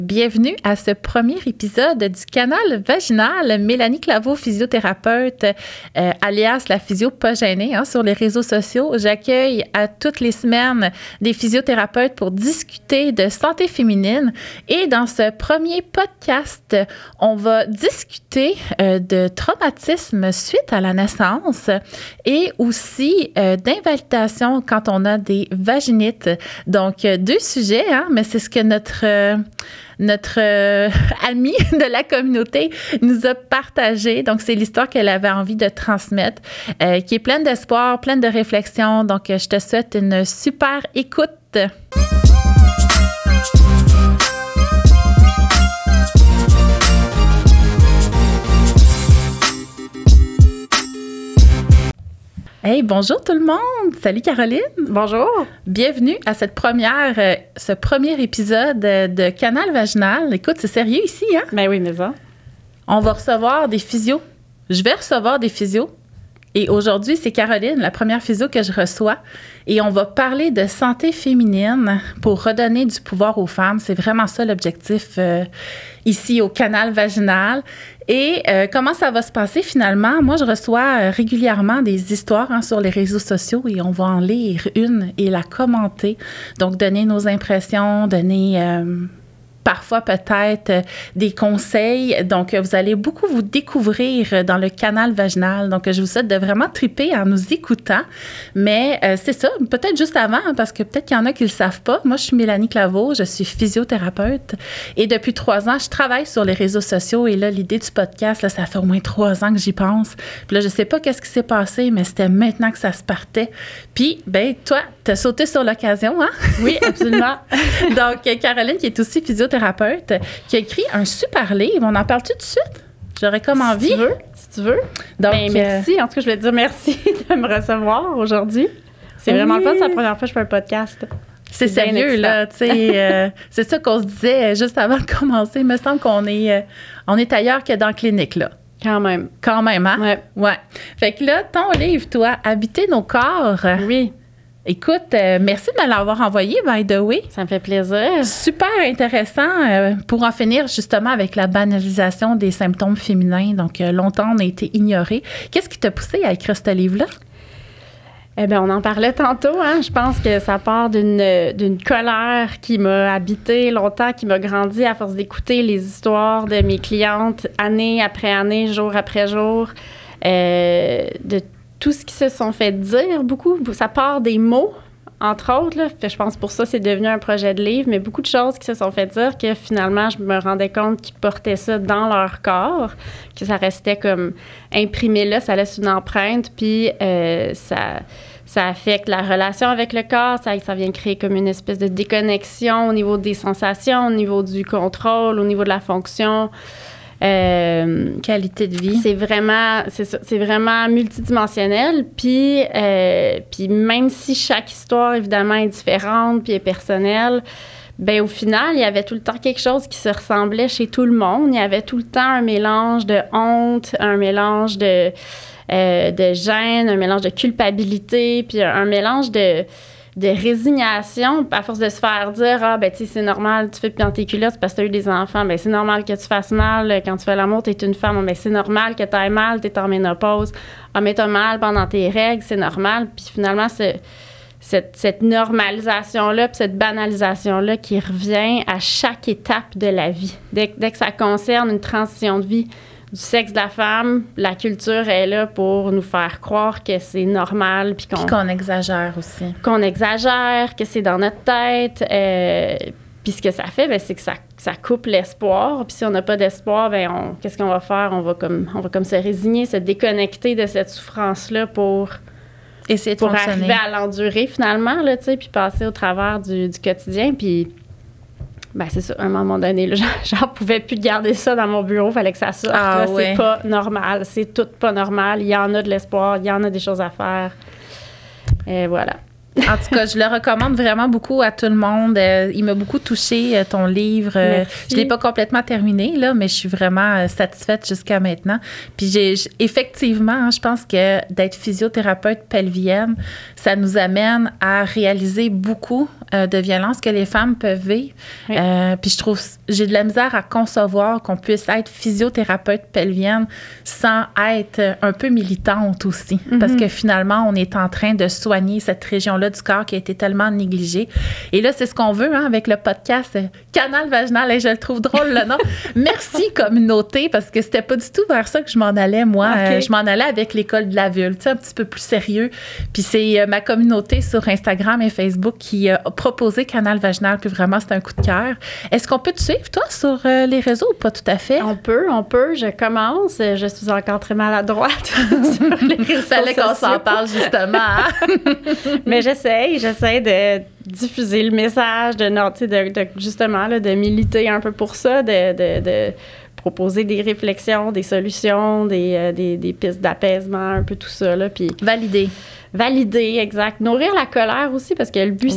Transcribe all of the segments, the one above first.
Bienvenue à ce premier épisode du Canal vaginal. Mélanie Claveau, physiothérapeute, alias la physio pas gênée, sur les réseaux sociaux. J'accueille à toutes les semaines des physiothérapeutes pour discuter de santé féminine. Et dans ce premier podcast, on va discuter de traumatisme suite à la naissance et aussi d'invalidation quand on a des vaginites. Donc, deux sujets, mais c'est ce que notre amie de la communauté nous a partagé. Donc, c'est l'histoire qu'elle avait envie de transmettre, qui est pleine d'espoir, pleine de réflexion. Donc, je te souhaite une super écoute. Hey, bonjour tout le monde! Salut Caroline! Bonjour! Bienvenue à ce premier épisode de Canal vaginal. Écoute, c'est sérieux ici, hein? Ben oui, mais ça. On va recevoir des physios. Je vais recevoir des physios. Et aujourd'hui, c'est Caroline, la première physio que je reçois. Et on va parler de santé féminine pour redonner du pouvoir aux femmes. C'est vraiment ça l'objectif ici au Canal vaginal. Et comment ça va se passer finalement? Moi, je reçois régulièrement des histoires sur les réseaux sociaux et on va en lire une et la commenter. Donc, donner nos impressions, donner parfois peut-être des conseils. Donc, vous allez beaucoup vous découvrir dans le canal vaginal. Donc, je vous souhaite de vraiment triper en nous écoutant. Mais c'est ça, peut-être juste avant, parce que peut-être qu'il y en a qui ne le savent pas. Moi, je suis Mélanie Claveau, je suis physiothérapeute. Et depuis 3 ans, je travaille sur les réseaux sociaux. Et là, l'idée du podcast, là, ça fait au moins 3 ans que j'y pense. Puis là, je ne sais pas qu'est-ce qui s'est passé, mais c'était maintenant que ça se partait. Puis, ben toi, tu as sauté sur l'occasion, hein? Oui, absolument. Donc, Caroline, qui est aussi physiothérapeute, qui a écrit un super livre. On en parle tout de suite? J'aurais comme envie. Si tu veux. Donc, merci. En tout cas, je vais te dire merci de me recevoir aujourd'hui. C'est vraiment le fun. C'est la première fois que je fais un podcast. C'est sérieux, là. Tu sais, c'est ça qu'on se disait juste avant de commencer. Il me semble qu'on est ailleurs que dans la clinique, là. Quand même, hein? Ouais. Fait que là, ton livre, toi, Habiter nos corps. Oui. Écoute, merci de me l'avoir envoyé, by the way. Ça me fait plaisir. Super intéressant pour en finir justement avec la banalisation des symptômes féminins. Donc, longtemps, on a été ignorés. Qu'est-ce qui t'a poussé à écrire ce livre-là? Eh bien, on en parlait tantôt, hein. Je pense que ça part d'une colère qui m'a habité longtemps, qui m'a grandi à force d'écouter les histoires de mes clientes année après année, jour après jour, de tout ce qui se sont fait dire, beaucoup. Ça part des mots, entre autres. Là. Je pense pour ça, c'est devenu un projet de livre, mais beaucoup de choses qui se sont fait dire que finalement, je me rendais compte qu'ils portaient ça dans leur corps, que ça restait comme imprimé là, ça laisse une empreinte, puis ça affecte la relation avec le corps, ça vient créer comme une espèce de déconnexion au niveau des sensations, au niveau du contrôle, au niveau de la fonction. Qualité de vie. C'est vraiment multidimensionnel. Puis même si chaque histoire, évidemment, est différente puis est personnelle, bien, au final, il y avait tout le temps quelque chose qui se ressemblait chez tout le monde. Il y avait tout le temps un mélange de honte, un mélange de gêne, un mélange de culpabilité, puis un mélange de résignation, à force de se faire dire « tu sais, c'est normal, tu fais plus dans tes culottes parce que tu as eu des enfants. C'est normal que tu fasses mal quand tu fais l'amour, tu es une femme. C'est normal que tu ailles mal, tu es en ménopause. Mais tu as mal pendant tes règles, c'est normal. » Puis finalement, cette normalisation-là, puis cette banalisation-là qui revient à chaque étape de la vie. Dès que ça concerne une transition de vie du sexe de la femme, la culture est là pour nous faire croire que c'est normal. Puis qu'on exagère aussi. Qu'on exagère, que c'est dans notre tête. Puis ce que ça fait, c'est que ça coupe l'espoir. Puis si on n'a pas d'espoir, qu'est-ce qu'on va faire? On va comme se résigner, se déconnecter de cette souffrance-là pour essayer de arriver à l'endurer finalement, là, puis passer au travers du quotidien. Puis c'est ça, à un moment donné, là, j'en pouvais plus garder ça dans mon bureau, fallait que ça sorte. C'est pas normal, c'est tout pas normal. Il y en a de l'espoir, il y en a des choses à faire. Et voilà. En tout cas, je le recommande vraiment beaucoup à tout le monde. Il m'a beaucoup touché ton livre. Je l'ai pas complètement terminé, là, mais je suis vraiment satisfaite jusqu'à maintenant. Puis effectivement, hein, je pense que d'être physiothérapeute pelvienne, ça nous amène à réaliser beaucoup de violences que les femmes peuvent vivre. Oui. Puis j'ai de la misère à concevoir qu'on puisse être physiothérapeute pelvienne sans être un peu militante aussi. Mm-hmm. Parce que finalement, on est en train de soigner cette région-là du corps qui a été tellement négligée. Et là, c'est ce qu'on veut hein, avec le podcast Canal vaginal. Et je le trouve drôle, le nom. Merci, communauté, parce que c'était pas du tout vers ça que je m'en allais, moi. Okay. Je m'en allais avec l'école de la vulve, tu sais, un petit peu plus sérieux. Puis c'est ma communauté sur Instagram et Facebook qui a proposé Canal vaginal. Puis vraiment, c'est un coup de cœur. Est-ce qu'on peut te suivre, toi, sur les réseaux ou pas tout à fait? On peut. Je commence. Je suis encore très maladroite sur les réseaux. Fallait qu'on s'en parle, justement. Hein? Mais j'essaie de diffuser le message, de justement, là, de militer un peu pour ça, de proposer des réflexions, des solutions, des pistes d'apaisement, un peu tout ça. Là, puis Valider, exact. Nourrir la colère aussi, parce que le but,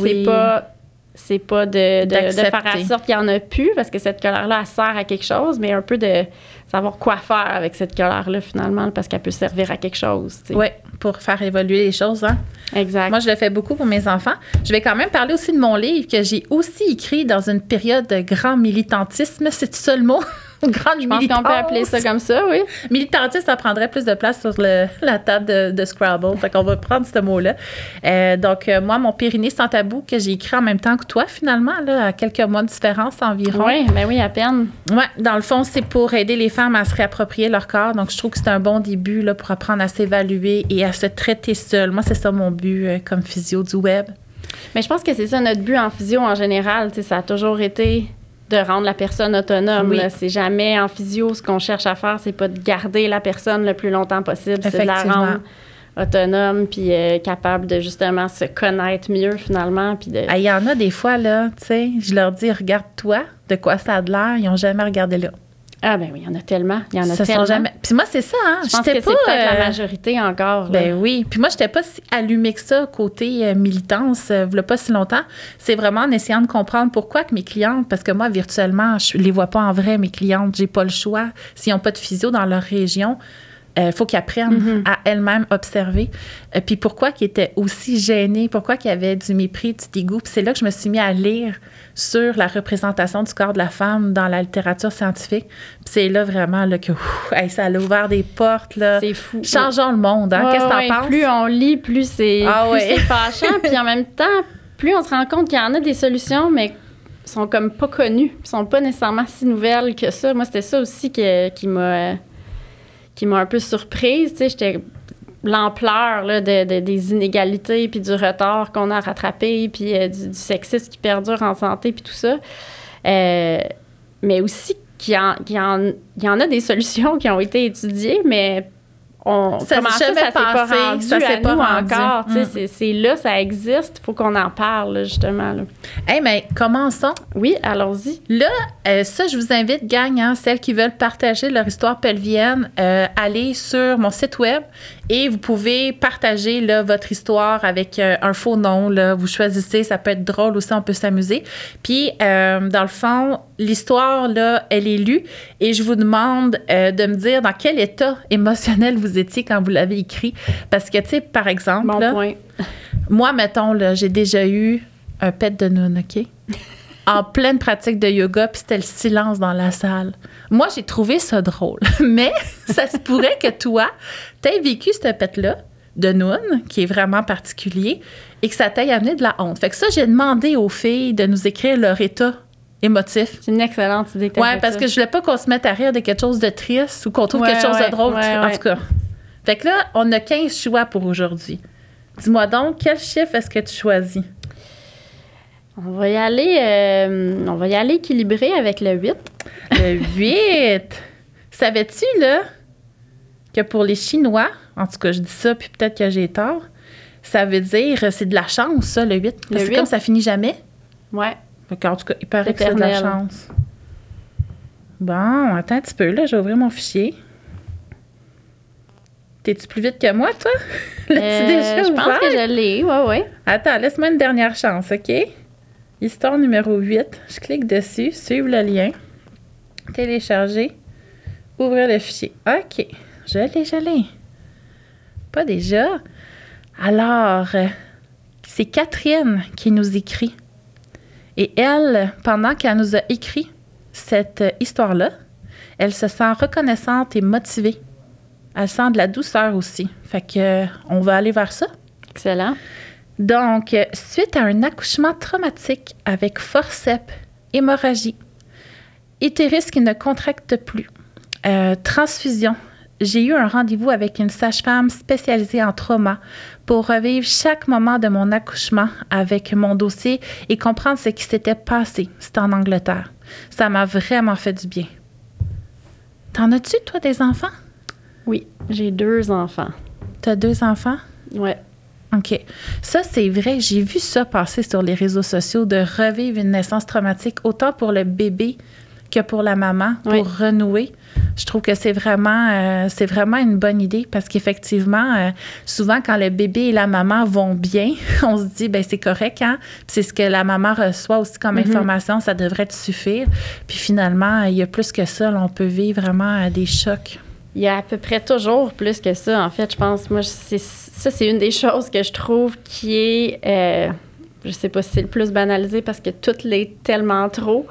c'est pas de faire en sorte qu'il n'y en a plus, parce que cette colère-là, elle sert à quelque chose, mais un peu de savoir quoi faire avec cette colère-là, finalement, parce qu'elle peut servir à quelque chose. Oui, pour faire évoluer les choses. Hein? Exact. Moi, je le fais beaucoup pour mes enfants. Je vais quand même parler aussi de mon livre que j'ai aussi écrit dans une période de grand militantisme. C'est-tu ça le mot? Je pense qu'on peut appeler ça comme ça, oui. Militantiste, ça prendrait plus de place sur la table de Scrabble. Fait qu'on va prendre ce mot-là. Donc, moi, mon Périnée sans tabou, que j'ai écrit en même temps que toi, finalement, là, à quelques mois de différence environ. Oui, à peine. Oui, dans le fond, c'est pour aider les femmes à se réapproprier leur corps. Donc, je trouve que c'est un bon début là, pour apprendre à s'évaluer et à se traiter seule. Moi, c'est ça mon but comme physio du web. Mais je pense que c'est ça notre but en physio en général. Ça a toujours été de rendre la personne autonome. Oui. Là. C'est jamais en physio, ce qu'on cherche à faire, c'est pas de garder la personne le plus longtemps possible, c'est de la rendre autonome puis capable de justement se connaître mieux finalement. Puis il y en a des fois, là, tu sais, je leur dis, regarde-toi, de quoi ça a de l'air, ils n'ont jamais regardé là. Ah ben oui, il y en a tellement. Jamais... Puis moi, c'est ça, hein. Je pense que c'est peut-être la majorité encore. Ben oui. Puis moi, j'étais pas si allumée que ça côté militance, il y a pas si longtemps. C'est vraiment en essayant de comprendre pourquoi que mes clientes, parce que moi, virtuellement, je les vois pas en vrai, mes clientes, j'ai pas le choix. S'ils n'ont pas de physio dans leur région, faut qu'ils apprennent à elles-mêmes observer. Puis pourquoi qu'ils étaient aussi gênés, pourquoi qu'ils avaient du mépris, du dégoût. Puis c'est là que je me suis mis à lire sur la représentation du corps de la femme dans la littérature scientifique. Puis c'est là vraiment là, que ça a ouvert des portes. Là. C'est fou. Changeons le monde. Hein? Qu'est-ce que t'en penses? Plus on lit, plus c'est fâchant. Puis en même temps, plus on se rend compte qu'il y en a des solutions, mais sont comme pas connues. Ils sont pas nécessairement si nouvelles que ça. Moi, c'était ça aussi qui m'a un peu surprise, tu sais, j'étais l'ampleur là, des inégalités puis du retard qu'on a rattrapé puis du sexisme qui perdure en santé puis tout ça. Mais aussi qu'il y en a des solutions qui ont été étudiées, mais comment ça s'est pas rendu à nous encore. C'est là, ça existe. Il faut qu'on en parle, justement. Là. Hey, mais commençons. Oui, allons-y. Là, ça, je vous invite, gang, hein, celles qui veulent partager leur histoire pelvienne, allez sur mon site web et vous pouvez partager là, votre histoire avec un faux nom. Là. Vous choisissez, ça peut être drôle aussi, on peut s'amuser. Puis, dans le fond, l'histoire, là, elle est lue et je vous demande de me dire dans quel état émotionnel vous étiez quand vous l'avez écrit. Parce que, tu sais, par exemple, bon là, point. Moi, mettons, là, j'ai déjà eu un pet de noun, OK? En pleine pratique de yoga, puis c'était le silence dans la salle. Moi, j'ai trouvé ça drôle. Mais ça se pourrait que toi, t'aies vécu ce pet-là de noun, qui est vraiment particulier, et que ça t'ait amené de la honte. Fait que ça, j'ai demandé aux filles de nous écrire leur état émotif. C'est une excellente idée. Oui, parce que je voulais pas qu'on se mette à rire de quelque chose de triste ou qu'on trouve quelque chose de drôle. En tout cas. Fait que là, on a 15 choix pour aujourd'hui. Dis-moi donc, quel chiffre est-ce que tu choisis? On va y aller équilibré avec le 8. Le 8! Savais-tu, là, que pour les Chinois, en tout cas, je dis ça, puis peut-être que j'ai tort, ça veut dire, c'est de la chance, ça, le 8. Parce que comme ça finit jamais. Ouais. En tout cas, il paraît que c'est de la chance. Bon, attends un petit peu, là, je vais ouvrir mon fichier. T'es-tu plus vite que moi, toi? L'as-tu déjà je ouvert? pense que je l'ai, oui. Attends, laisse-moi une dernière chance, OK? Histoire numéro 8. Je clique dessus, suivre le lien, télécharger, ouvrir le fichier. OK, je l'ai. Pas déjà. Alors, c'est Catherine qui nous écrit. Et elle, pendant qu'elle nous a écrit cette histoire-là, elle se sent reconnaissante et motivée. Elle sent de la douceur aussi. Fait que on va aller vers ça. Excellent. Donc, suite à un accouchement traumatique avec forceps, hémorragie, utérus qui ne contracte plus, transfusion, j'ai eu un rendez-vous avec une sage-femme spécialisée en trauma pour revivre chaque moment de mon accouchement avec mon dossier et comprendre ce qui s'était passé. C'était en Angleterre. Ça m'a vraiment fait du bien. T'en as-tu, toi, des enfants? Oui, j'ai 2 enfants. T'as 2 enfants? Ouais. OK. Ça, c'est vrai. J'ai vu ça passer sur les réseaux sociaux, de revivre une naissance traumatique, autant pour le bébé que pour la maman, pour renouer. Je trouve que c'est vraiment une bonne idée parce qu'effectivement, souvent, quand le bébé et la maman vont bien, on se dit, ben c'est correct, hein? Puis c'est ce que la maman reçoit aussi comme information, ça devrait te suffire. Puis finalement, il y a plus que ça. Là, on peut vivre vraiment des chocs. Il y a à peu près toujours plus que ça, en fait. Je pense, moi, c'est une des choses que je trouve qui est, je sais pas si c'est le plus banalisé parce que tout l'est tellement trop,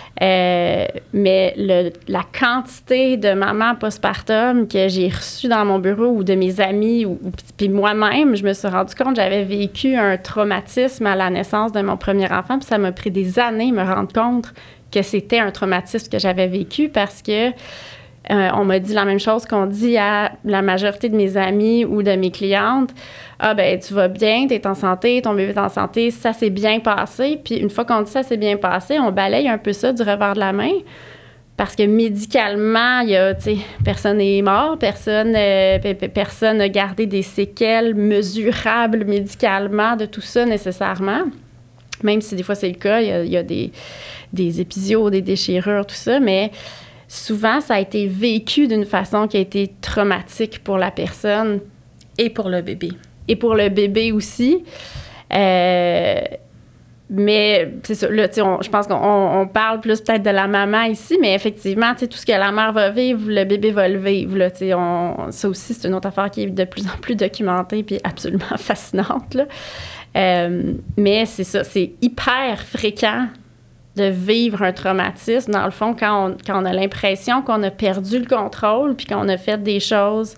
mais la quantité de mamans postpartum que j'ai reçues dans mon bureau ou de mes amis, puis moi-même, je me suis rendu compte que j'avais vécu un traumatisme à la naissance de mon premier enfant, puis ça m'a pris des années de me rendre compte que c'était un traumatisme que j'avais vécu parce que on m'a dit la même chose qu'on dit à la majorité de mes amis ou de mes clientes. Ah, ben tu vas bien, t'es en santé, ton bébé est en santé, ça s'est bien passé. Puis une fois qu'on dit ça s'est bien passé, on balaye un peu ça du revers de la main. Parce que médicalement, il y a, tu sais, personne n'est mort, personne n'a gardé des séquelles mesurables médicalement de tout ça nécessairement. Même si des fois c'est le cas, il y a des épisiodes, des déchirures, tout ça, mais souvent, ça a été vécu d'une façon qui a été traumatique pour la personne. Et pour le bébé. Et pour le bébé aussi. Mais c'est ça, là, je pense qu'on parle plus peut-être de la maman ici, mais effectivement, tout ce que la mère va vivre, le bébé va le vivre. Là, ça aussi, c'est une autre affaire qui est de plus en plus documentée puis absolument fascinante. Là. Mais c'est ça, c'est hyper fréquent de vivre un traumatisme, dans le fond, quand on a l'impression qu'on a perdu le contrôle puis qu'on a fait des choses,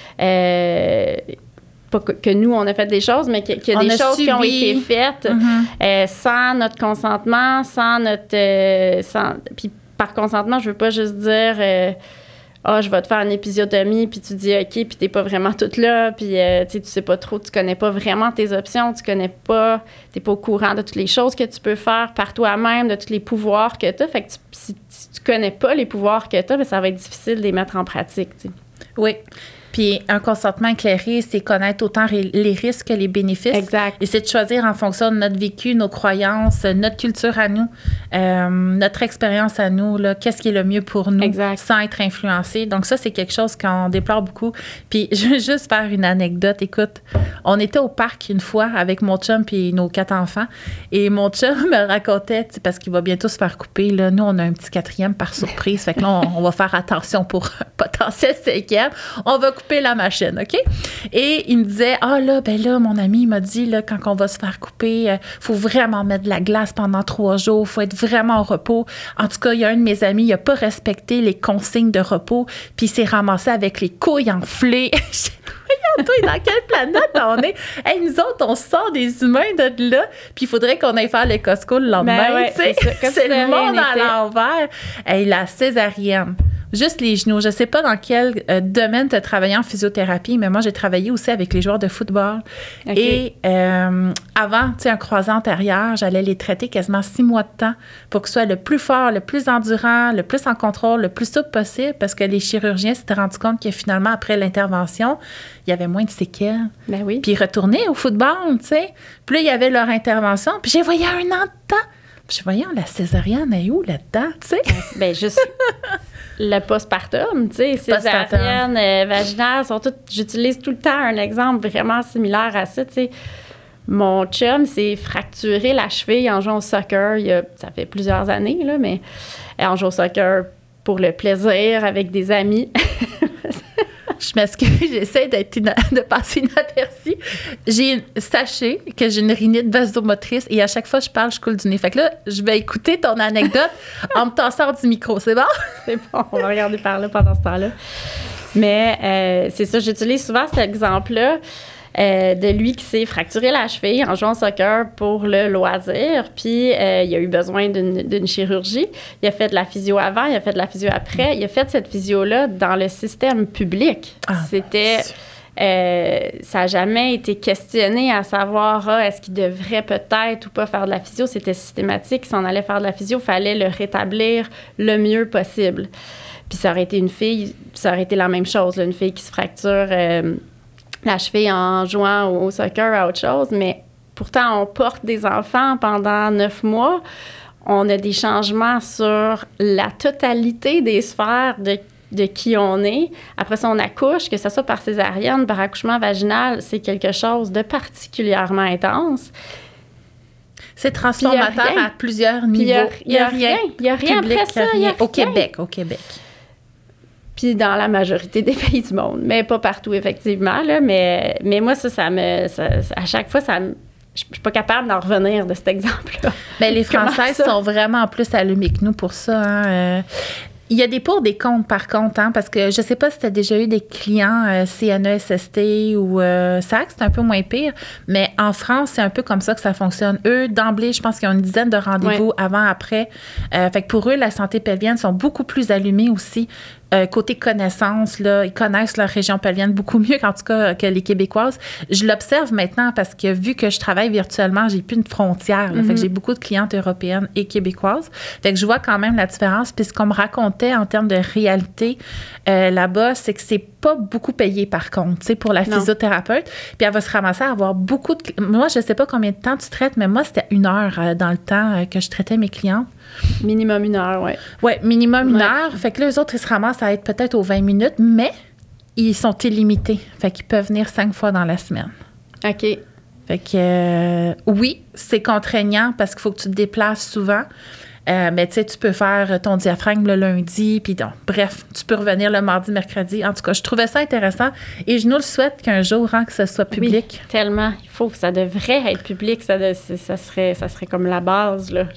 pas que nous, on a fait des choses, mais qu'il y a des choses qui ont été faites sans notre consentement, sans notre... puis par consentement, je veux pas juste dire... je vais te faire une épisiotomie, puis tu dis OK, puis t'es pas vraiment toute là, puis tu sais pas trop, tu connais pas vraiment tes options, t'es pas au courant de toutes les choses que tu peux faire par toi-même, de tous les pouvoirs que t'as. Fait que si tu connais pas les pouvoirs que t'as, ben, ça va être difficile de les mettre en pratique, tu sais. Oui. Puis un consentement éclairé, c'est connaître autant les risques que les bénéfices. Exact. Et c'est de choisir en fonction de notre vécu, nos croyances, notre culture à nous, notre expérience à nous, là, qu'est-ce qui est le mieux pour nous, exact, sans être influencé. Donc ça, c'est quelque chose qu'on déplore beaucoup. Puis je veux juste faire une anecdote. Écoute, on était au parc une fois avec mon chum puis nos 4 enfants. Et mon chum me racontait, parce qu'il va bientôt se faire couper, là, nous, on a un petit 4e par surprise. Fait que là, on va faire attention pour un potentiel 5e. On va couper la machine, OK? Et il me disait, mon ami, il m'a dit, là, quand on va se faire couper, faut vraiment mettre de la glace pendant 3 jours, faut être vraiment au repos. En tout cas, il y a un de mes amis, il a pas respecté les consignes de repos, puis il s'est ramassé avec les couilles enflées. Voyons, toi, dans quelle planète on est? Hey, nous autres, on sort des humains de là, puis il faudrait qu'on aille faire le Costco le lendemain. Ouais, c'est le monde à l'envers. Hey, la césarienne. Juste les genoux. Je ne sais pas dans quel domaine tu as travaillé en physiothérapie, mais moi, j'ai travaillé aussi avec les joueurs de football. Okay. Et avant, un croisé antérieur, j'allais les traiter quasiment 6 mois de temps pour que ce soit le plus fort, le plus endurant, le plus en contrôle, le plus souple possible, parce que les chirurgiens s'étaient rendus compte que finalement, après l'intervention, il y avait moins de séquelles. Ben oui. Puis ils retournaient au football, tu sais. Puis là, il y avait leur intervention, puis j'ai voyé 1 an de temps. Puis je voyais, la césarienne est où là-dedans, tu sais? Ben le postpartum, tu sais, césarienne, vaginale, j'utilise tout le temps un exemple vraiment similaire à ça, tu sais. Mon chum s'est fracturé la cheville en jouant au soccer, ça fait plusieurs années, là, mais en jouant au soccer pour le plaisir avec des amis. Je m'excuse, j'essaie de passer inaperçue. Sachez que j'ai une rhinite vasomotrice et à chaque fois que je parle, je coule du nez. Fait que là, je vais écouter ton anecdote en me tassant du micro. C'est bon? C'est bon, on va regarder par là pendant ce temps-là. Mais c'est ça, j'utilise souvent cet exemple-là. De lui qui s'est fracturé la cheville en jouant au soccer pour le loisir. Puis, il a eu besoin d'une chirurgie. Il a fait de la physio avant, il a fait de la physio après. Il a fait cette physio-là dans le système public. Ça n'a jamais été questionné à savoir est-ce qu'il devrait peut-être ou pas faire de la physio. C'était systématique. Si on allait faire de la physio, il fallait le rétablir le mieux possible. Puis, ça aurait été une fille, ça aurait été la même chose, là, une fille qui se fracture la cheville en jouant au soccer à autre chose, mais pourtant, on porte des enfants pendant 9 mois. On a des changements sur la totalité des sphères de qui on est. Après ça, on accouche, que ce soit par césarienne, par accouchement vaginal, c'est quelque chose de particulièrement intense. C'est transformateur à plusieurs niveaux. Il n'y a rien. Il n'y a rien après ça. Au Québec. Puis dans la majorité des pays du monde, mais pas partout, effectivement. Là, mais moi, à chaque fois, je suis pas capable d'en revenir de cet exemple-là. Bien, les Françaises sont vraiment plus allumées que nous pour ça. Hein. Il y a des pour, des contre, par contre, hein, parce que je sais pas si tu as déjà eu des clients CNESST ou SAC, c'est un peu moins pire, mais en France, c'est un peu comme ça que ça fonctionne. Eux, d'emblée, je pense qu'ils ont une dizaine de rendez-vous avant, après. Fait que pour eux, la santé pelvienne sont beaucoup plus allumés aussi. Côté connaissance, là, ils connaissent leur région pelvienne beaucoup mieux qu'en tout cas que les Québécoises. Je l'observe maintenant parce que vu que je travaille virtuellement, j'ai plus de frontières. Fait que j'ai beaucoup de clientes européennes et québécoises. Fait que je vois quand même la différence. Puis ce qu'on me racontait en termes de réalité là-bas, c'est que c'est pas beaucoup payé par contre, tu sais, pour la physiothérapeute. Puis elle va se ramasser à avoir beaucoup de... Moi, je sais pas combien de temps tu traites, mais moi, c'était 1 heure dans le temps que je traitais mes clientes. Minimum 1 heure, oui. Oui, minimum 1 heure. Fait que là, eux autres, ils se ramassent à être peut-être aux 20 minutes, mais ils sont illimités. Fait qu'ils peuvent venir 5 fois dans la semaine. OK. Fait que oui, c'est contraignant parce qu'il faut que tu te déplaces souvent. Mais tu sais, tu peux faire ton diaphragme le lundi, puis donc, bref, tu peux revenir le mardi, mercredi. En tout cas, je trouvais ça intéressant et je nous le souhaite qu'un jour, que ce soit public. Oui, tellement. Ça devrait être public. Ça serait comme la base, là.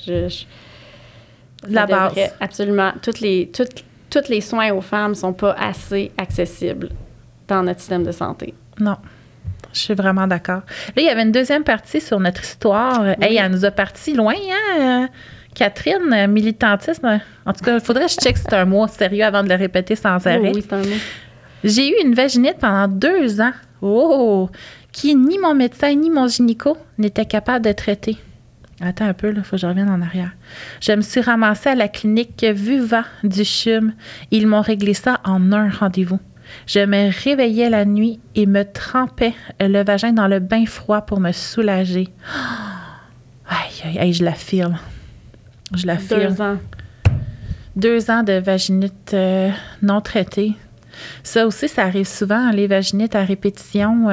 La base. Absolument. Tous les soins aux femmes ne sont pas assez accessibles dans notre système de santé. Non. Je suis vraiment d'accord. Là, il y avait une deuxième partie sur notre histoire. Oui. Hey, elle nous a parti loin, hein? Catherine, militantisme. En tout cas, il faudrait que je check si c'est un mot sérieux avant de le répéter sans arrêt. Oui, c'est un mot. J'ai eu une vaginite pendant 2 ans. Oh! Qui ni mon médecin ni mon gynéco n'étaient capables de traiter. Attends un peu, il faut que je revienne en arrière. Je me suis ramassée à la clinique Vuva du CHUM. Ils m'ont réglé ça en un rendez-vous. Je me réveillais la nuit et me trempais le vagin dans le bain froid pour me soulager. Aïe, je l'affirme. Je l'affirme. 2 ans. 2 ans de vaginite non traitée. Ça aussi, ça arrive souvent, les vaginites à répétition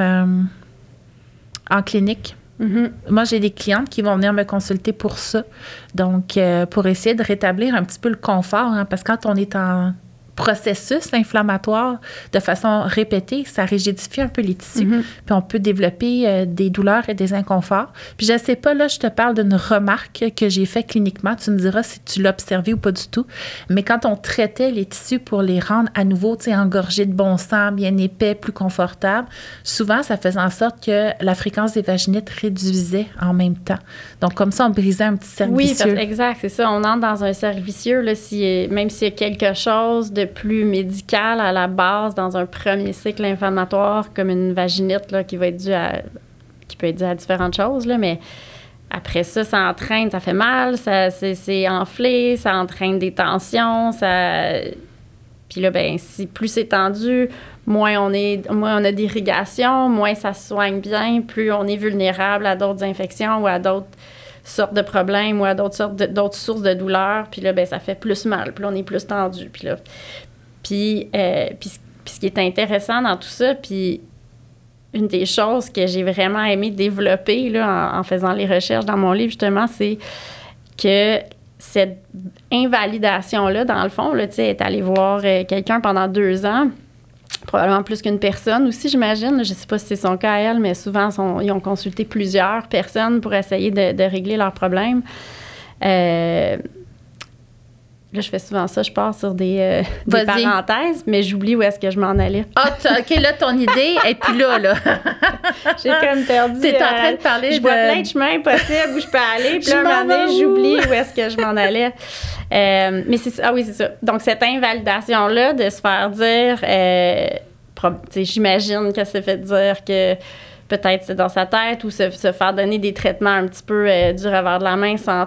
en clinique. Mm-hmm. Moi, j'ai des clientes qui vont venir me consulter pour ça. Donc, pour essayer de rétablir un petit peu le confort, hein, parce que quand on est en processus inflammatoire de façon répétée, ça rigidifie un peu les tissus. Mm-hmm. Puis on peut développer des douleurs et des inconforts. Puis je sais pas, là, je te parle d'une remarque que j'ai faite cliniquement. Tu me diras si tu l'as observé ou pas du tout. Mais quand on traitait les tissus pour les rendre à nouveau, tu sais, engorgés de bon sang, bien épais, plus confortables, souvent, ça faisait en sorte que la fréquence des vaginites réduisait en même temps. Donc, comme ça, on brisait un petit cercle vicieux. Oui, exact, c'est ça. On entre dans un cercle vicieux, là, même s'il y a quelque chose de plus médical à la base dans un premier cycle inflammatoire comme une vaginite là, qui peut être due à différentes choses, là, mais après ça, ça entraîne, ça fait mal, c'est enflé, ça entraîne des tensions, puis là, ben, si plus c'est tendu, moins on a d'irrigation, moins ça se soigne bien, plus on est vulnérable à d'autres infections ou à d'autres sortes de problèmes ou à d'autres sources de douleur. Puis là, ben ça fait plus mal. Puis là, on est plus tendu. Puis là, puis ce qui est intéressant dans tout ça, puis une des choses que j'ai vraiment aimé développer là, en faisant les recherches dans mon livre, justement, c'est que cette invalidation-là, dans le fond, là, tu sais, est allée voir quelqu'un pendant 2 ans, probablement plus qu'une personne aussi, j'imagine. Je ne sais pas si c'est son cas à elle, mais souvent, ils ont consulté plusieurs personnes pour essayer de régler leurs problèmes. Là, je fais souvent ça, je pars sur des parenthèses, mais j'oublie où est-ce que je m'en allais. Ah, OK, là, ton idée est plus là. J'ai comme perdu. T'es en train de parler je vois plein de chemins possibles où je peux aller, puis là, un moment donné, j'oublie où est-ce que je m'en allais. Mais c'est ça. Ah oui, c'est ça. Donc, cette invalidation-là de se faire dire, j'imagine qu'elle s'est fait dire que peut-être c'est dans sa tête ou se faire donner des traitements un petit peu du revers de la main sans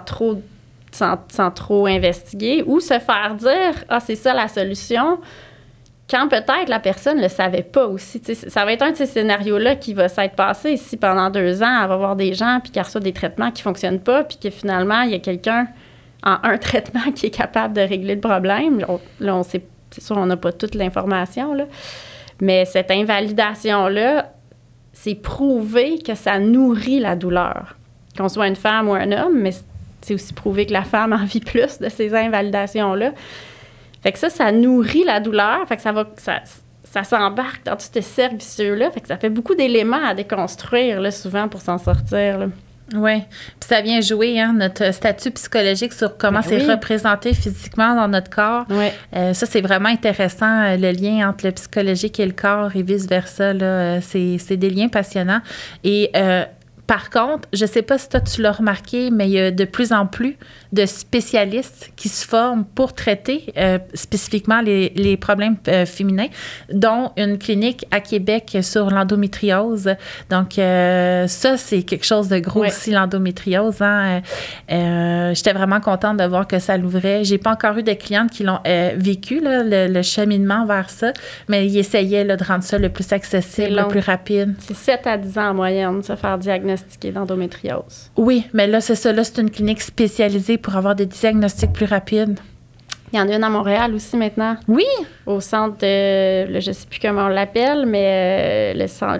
trop investiguer, ou se faire dire « Ah, c'est ça la solution », quand peut-être la personne ne le savait pas aussi. T'sais, ça va être un de ces scénarios-là qui va s'être passé si pendant 2 ans, elle va voir des gens puis qu'elle reçoit des traitements qui ne fonctionnent pas puis que finalement, il y a quelqu'un en un traitement qui est capable de régler le problème. Là, on sait, c'est sûr, on n'a pas toute l'information, là. Mais cette invalidation-là, c'est prouvé que ça nourrit la douleur. Qu'on soit une femme ou un homme, mais c'est aussi prouvé que la femme en vit plus de ces invalidations-là. Fait que ça nourrit la douleur. Fait que ça s'embarque dans tout ce cercle vicieux-là. Fait que ça fait beaucoup d'éléments à déconstruire, là, souvent, pour s'en sortir, là. Oui. Puis ça vient jouer, notre statut psychologique sur comment c'est représenté physiquement dans notre corps. Oui. Ça, c'est vraiment intéressant, le lien entre le psychologique et le corps et vice-versa, là. C'est des liens passionnants. Et par contre, je ne sais pas si toi, tu l'as remarqué, mais il y a de plus en plus de spécialistes qui se forment pour traiter spécifiquement les problèmes féminins, dont une clinique à Québec sur l'endométriose. Donc, ça, c'est quelque chose de gros aussi, l'endométriose. J'étais vraiment contente de voir que ça l'ouvrait. J'ai pas encore eu de clientes qui l'ont vécu, là, le cheminement vers ça, mais ils essayaient là, de rendre ça le plus accessible, le plus rapide. C'est 7 à 10 ans en moyenne, se faire diagnostiquer d'endométriose. Oui, mais là, c'est ça. Là, c'est une clinique spécialisée pour avoir des diagnostics plus rapides. Il y en a une à Montréal aussi maintenant. Oui! Au centre de... je ne sais plus comment on l'appelle, mais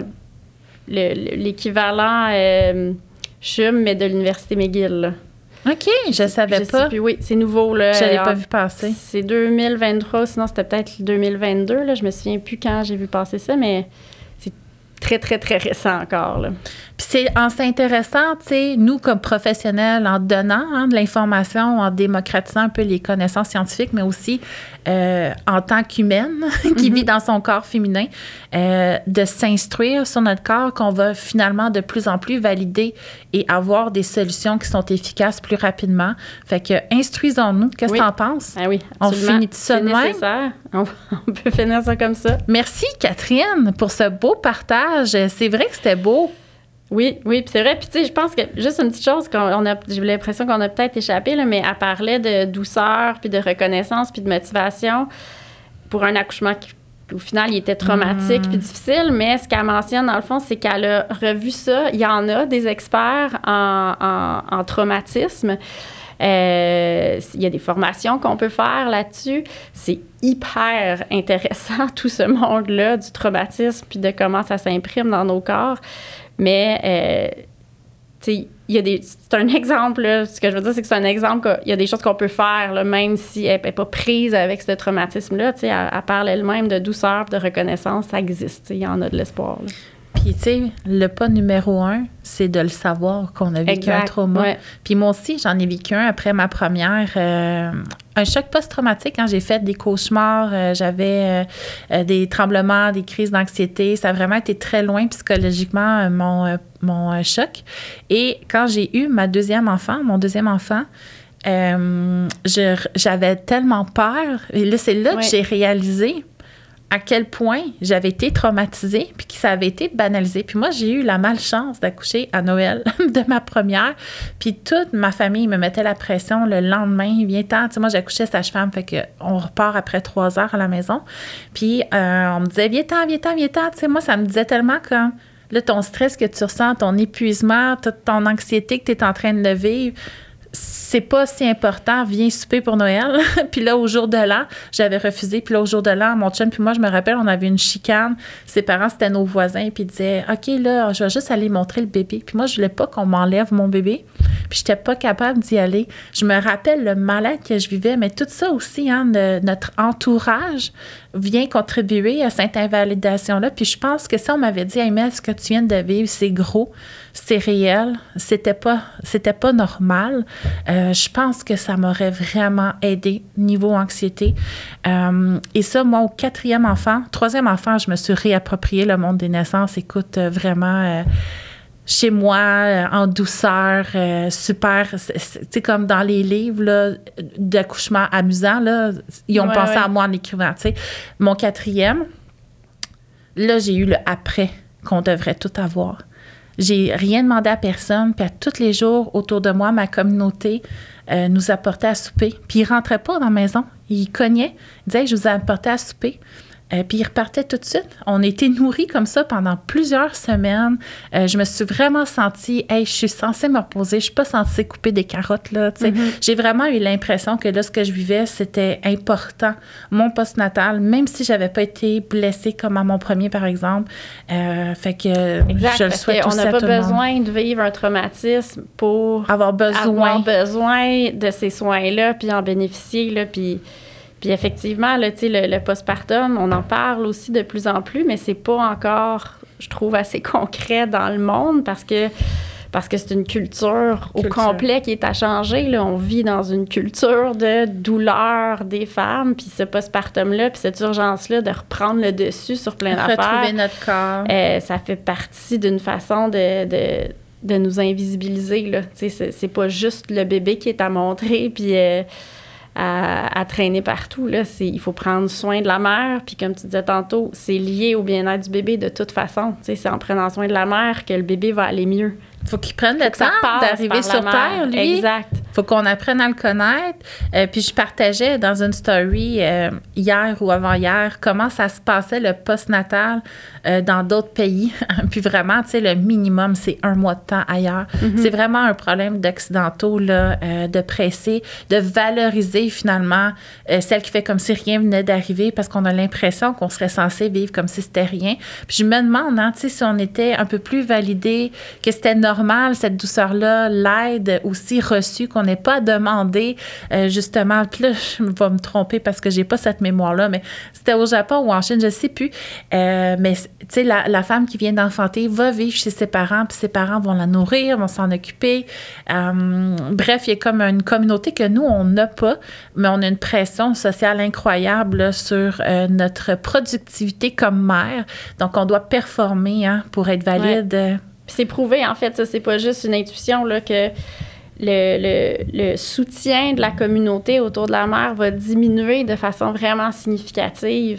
l'équivalent CHUM, mais de l'Université McGill. Là. OK, je savais pas. Sais plus, oui, c'est nouveau. Là. Je l'avais pas vu passer. C'est 2023, sinon c'était peut-être 2022. Là. Je me souviens plus quand j'ai vu passer ça, mais c'est très, très, très récent encore. Là. Puis c'est intéressant, tu sais, nous, comme professionnels, en donnant de l'information, en démocratisant un peu les connaissances scientifiques, mais aussi en tant qu'humaine qui vit dans son corps féminin, de s'instruire sur notre corps qu'on va finalement de plus en plus valider et avoir des solutions qui sont efficaces plus rapidement. Fait que instruisons-nous. Qu'est-ce que tu en penses? Ah oui, on finit ça de même? C'est nécessaire. On peut finir ça comme ça. Merci, Catherine, pour ce beau partage. C'est vrai que c'était beau. Oui, puis c'est vrai. Puis tu sais, je pense que juste une petite chose, j'ai l'impression qu'on a peut-être échappé, là, mais elle parlait de douceur, puis de reconnaissance, puis de motivation pour un accouchement qui, au final, il était traumatique puis difficile. Mais ce qu'elle mentionne, dans le fond, c'est qu'elle a revu ça. Il y en a des experts en traumatisme. Il y a des formations qu'on peut faire là-dessus. C'est hyper intéressant, tout ce monde-là du traumatisme puis de comment ça s'imprime dans nos corps. Mais, tu sais, c'est un exemple, là, ce que je veux dire, c'est que c'est un exemple qu'il y a des choses qu'on peut faire, là, même si elle n'est pas prise avec ce traumatisme-là. Tu sais, elle parle elle-même de douceur, de reconnaissance, ça existe. Il y en a de l'espoir. Là. Puis, tu sais, le pas numéro 1, c'est de le savoir qu'on a vécu un trauma. Ouais. Puis moi aussi, j'en ai vécu un après ma première. Un choc post-traumatique, quand j'ai fait des cauchemars, j'avais des tremblements, des crises d'anxiété. Ça a vraiment été très loin psychologiquement, mon choc. Et quand j'ai eu mon deuxième enfant, j'avais tellement peur. Et là, c'est là que j'ai réalisé à quel point j'avais été traumatisée puis que ça avait été banalisé. Puis moi, j'ai eu la malchance d'accoucher à Noël de ma première. Puis toute ma famille me mettait la pression le lendemain. Viens-t'en. Tu sais, moi, j'accouchais sage-femme, fait qu'on repart après 3 heures à la maison. Puis on me disait, viens-t'en. Tu sais, moi, ça me disait tellement comme... Là, ton stress que tu ressens, ton épuisement, ton anxiété que tu es en train de le vivre, c'est pas si important, viens souper pour Noël. Puis là, au jour de l'an, j'avais refusé. Puis là, au jour de l'an, mon chum puis moi, je me rappelle, on avait une chicane. Ses parents, c'était nos voisins. Puis ils disaient, OK, là, je vais juste aller montrer le bébé. Puis moi, je voulais pas qu'on m'enlève mon bébé. Puis j'étais pas capable d'y aller. Je me rappelle le mal-être que je vivais. Mais tout ça aussi, hein, notre entourage vient contribuer à cette invalidation-là. Puis je pense que si on m'avait dit, hey, Mel, ce que tu viens de vivre, c'est gros, c'est réel, c'était pas normal, je pense que ça m'aurait vraiment aidé niveau anxiété. Et ça, moi, au 4e enfant, 3e enfant, je me suis réapproprié le monde des naissances. Écoute, vraiment... chez moi, en douceur, super, tu sais, comme dans les livres là, d'accouchement amusant, là, ils ont pensé à moi en écrivant, tu sais. Mon 4e, là, j'ai eu le après qu'on devrait tout avoir. J'ai rien demandé à personne, puis à tous les jours, autour de moi, ma communauté nous apportait à souper. Puis ils ne rentraient pas dans la maison, ils cognaient, ils disaient « je vous ai apporté à souper ». Puis ils repartaient tout de suite. On a été nourris comme ça pendant plusieurs semaines. Je me suis vraiment sentie, hey, je suis censée me reposer, je suis pas censée couper des carottes, là, tu sais. J'ai vraiment eu l'impression que là, ce que je vivais, c'était important. Mon postnatal, même si j'avais pas été blessée comme à mon premier, par exemple. Fait que exact, je le souhaite aussi à tout le monde. On n'a pas besoin de vivre un traumatisme pour avoir besoin de ces soins-là, puis en bénéficier, là, puis effectivement, là, le postpartum, on en parle aussi de plus en plus, mais c'est pas encore, je trouve, assez concret dans le monde parce que c'est une culture au complet qui est à changer. Là. On vit dans une culture de douleur des femmes, puis ce postpartum-là, puis cette urgence-là de reprendre le dessus sur plein d'affaires. Retrouver notre corps. Ça fait partie d'une façon de nous invisibiliser. Là. C'est pas juste le bébé qui est à montrer, puis... à traîner partout. Là. Il faut prendre soin de la mère. Puis comme tu disais tantôt, c'est lié au bien-être du bébé de toute façon. C'est en prenant soin de la mère que le bébé va aller mieux. Faut qu'il prenne le temps d'arriver sur Terre, lui. Exact. Faut qu'on apprenne à le connaître. Puis je partageais dans une story hier ou avant-hier comment ça se passait le postnatal dans d'autres pays. Puis vraiment, tu sais, le minimum, c'est 1 mois de temps ailleurs. C'est vraiment un problème d'occidentaux, là, de presser, de valoriser finalement celle qui fait comme si rien venait d'arriver parce qu'on a l'impression qu'on serait censé vivre comme si c'était rien. Puis je me demande, hein, tu sais, si on était un peu plus validé, que c'était normal, cette douceur-là, l'aide aussi reçue, qu'on n'ait pas demandé, justement. Puis là, je vais me tromper parce que j'ai pas cette mémoire-là, mais c'était au Japon ou en Chine, je sais plus. Mais tu sais, la femme qui vient d'enfanter va vivre chez ses parents, puis ses parents vont la nourrir, vont s'en occuper. Bref, il y a comme une communauté que nous, on n'a pas, mais on a une pression sociale incroyable là, sur notre productivité comme mère. Donc, on doit performer hein, pour être valide. Ouais. C'est prouvé, en fait, ça, c'est pas juste une intuition, là, que le soutien de la communauté autour de la mère va diminuer de façon vraiment significative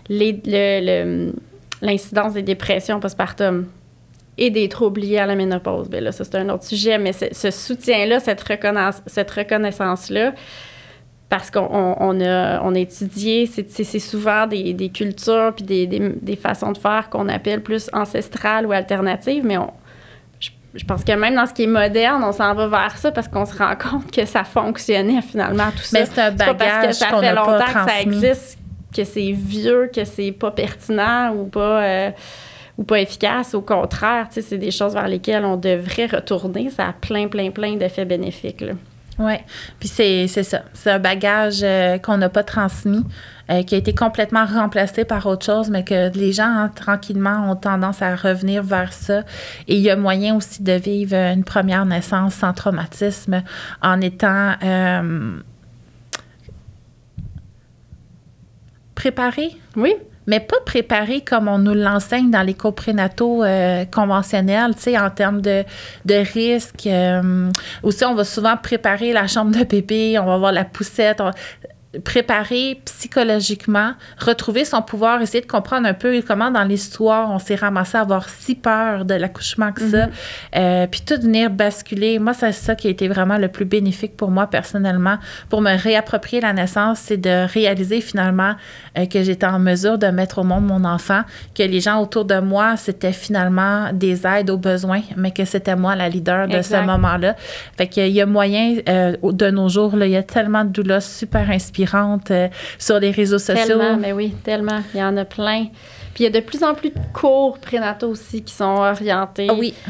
l'incidence des dépressions postpartum et des troubles liés à la ménopause. Bien là, ça, c'est un autre sujet, mais ce soutien-là, cette reconnaissance-là, parce qu'on a étudié, c'est souvent des cultures puis des façons de faire qu'on appelle plus ancestrales ou alternatives, mais je pense que même dans ce qui est moderne, on s'en va vers ça parce qu'on se rend compte que ça fonctionnait finalement, tout ça. Mais c'est un bagage pas parce que ça qu'on fait n'a longtemps pas que ça transmis. existe, que c'est vieux, que c'est pas pertinent ou pas efficace. Au contraire, c'est des choses vers lesquelles on devrait retourner. Ça a plein d'effets bénéfiques, là. Oui, puis c'est ça. C'est un bagage qu'on n'a pas transmis, qui a été complètement remplacé par autre chose, mais que les gens, hein, tranquillement, ont tendance à revenir vers ça. Et il y a moyen aussi de vivre une première naissance sans traumatisme en étant préparé. Oui. Mais pas préparé comme on nous l'enseigne dans les cours prénataux conventionnels, tu sais, en termes de risques. Aussi, on va souvent préparer la chambre de bébé, on va avoir la poussette. préparer psychologiquement, retrouver son pouvoir, essayer de comprendre un peu comment dans l'histoire on s'est ramassé à avoir si peur de l'accouchement que ça, puis tout venir basculer. Moi, c'est ça qui a été vraiment le plus bénéfique pour moi personnellement, pour me réapproprier la naissance, c'est de réaliser finalement que j'étais en mesure de mettre au monde mon enfant, que les gens autour de moi, c'était finalement des aides aux besoins, mais que c'était moi la leader de ce moment-là. Fait qu'il y a moyen, de nos jours, là, il y a tellement de doulas super inspirantes sur les réseaux sociaux. Tellement, mais oui, tellement. Il y en a plein. Puis il y a de plus en plus de cours prénataux aussi qui sont orientés. Ah oui.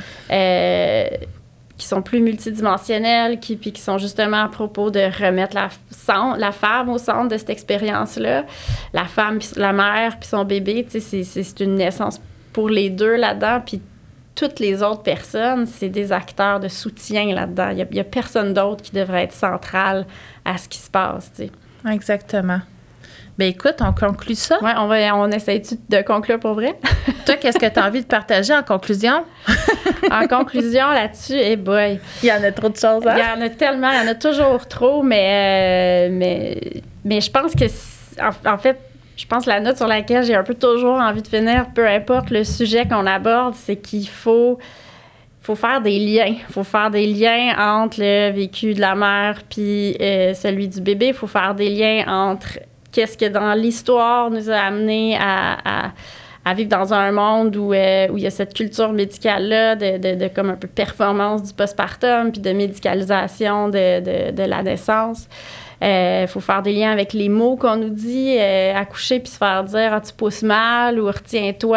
Qui sont plus multidimensionnels, puis qui sont justement à propos de remettre la femme au centre de cette expérience-là. La femme, la mère, puis son bébé, tu sais, c'est une naissance pour les deux là-dedans, puis toutes les autres personnes, c'est des acteurs de soutien là-dedans. Il y a personne d'autre qui devrait être central à ce qui se passe, tu sais. Exactement. Bien, écoute, on conclut ça. Oui, on essaie-tu de conclure pour vrai? Toi, qu'est-ce que tu as envie de partager en conclusion? En conclusion, là-dessus, boy. Il y en a trop de choses, hein? Il y en a tellement, il y en a toujours trop, mais je pense que, en fait, je pense que la note sur laquelle j'ai un peu toujours envie de finir, peu importe le sujet qu'on aborde, c'est qu'il faut faire des liens. Il faut faire des liens entre le vécu de la mère puis celui du bébé. Il faut faire des liens entre qu'est-ce que dans l'histoire nous a amené à vivre dans un monde où il y a cette culture médicale-là de comme un peu performance du postpartum puis de médicalisation de la naissance. Il faut faire des liens avec les mots qu'on nous dit, accoucher puis se faire dire « Ah, tu pousses mal » ou « Retiens-toi »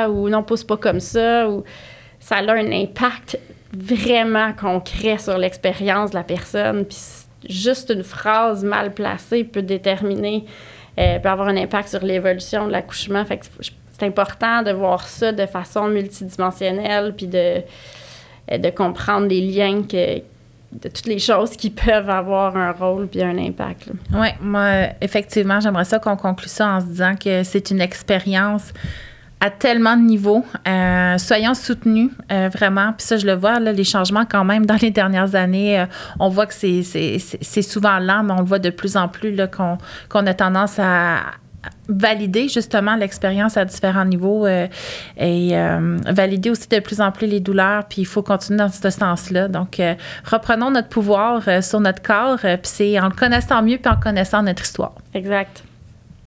ou « Non, pousse pas comme ça » ou ça a un impact vraiment concret sur l'expérience de la personne. Puis juste une phrase mal placée peut avoir un impact sur l'évolution de l'accouchement. Fait que c'est important de voir ça de façon multidimensionnelle puis de comprendre les liens de toutes les choses qui peuvent avoir un rôle puis un impact. Oui, moi, effectivement, j'aimerais ça qu'on conclue ça en se disant que c'est une expérience à tellement de niveaux. Soyons soutenus, vraiment. Puis ça, je le vois, là, les changements quand même dans les dernières années, on voit que c'est souvent lent, mais on le voit de plus en plus là, qu'on a tendance à valider justement l'expérience à différents niveaux et valider aussi de plus en plus les douleurs, puis il faut continuer dans ce sens-là. Donc, reprenons notre pouvoir sur notre corps, puis c'est en le connaissant mieux puis en connaissant notre histoire. Exact.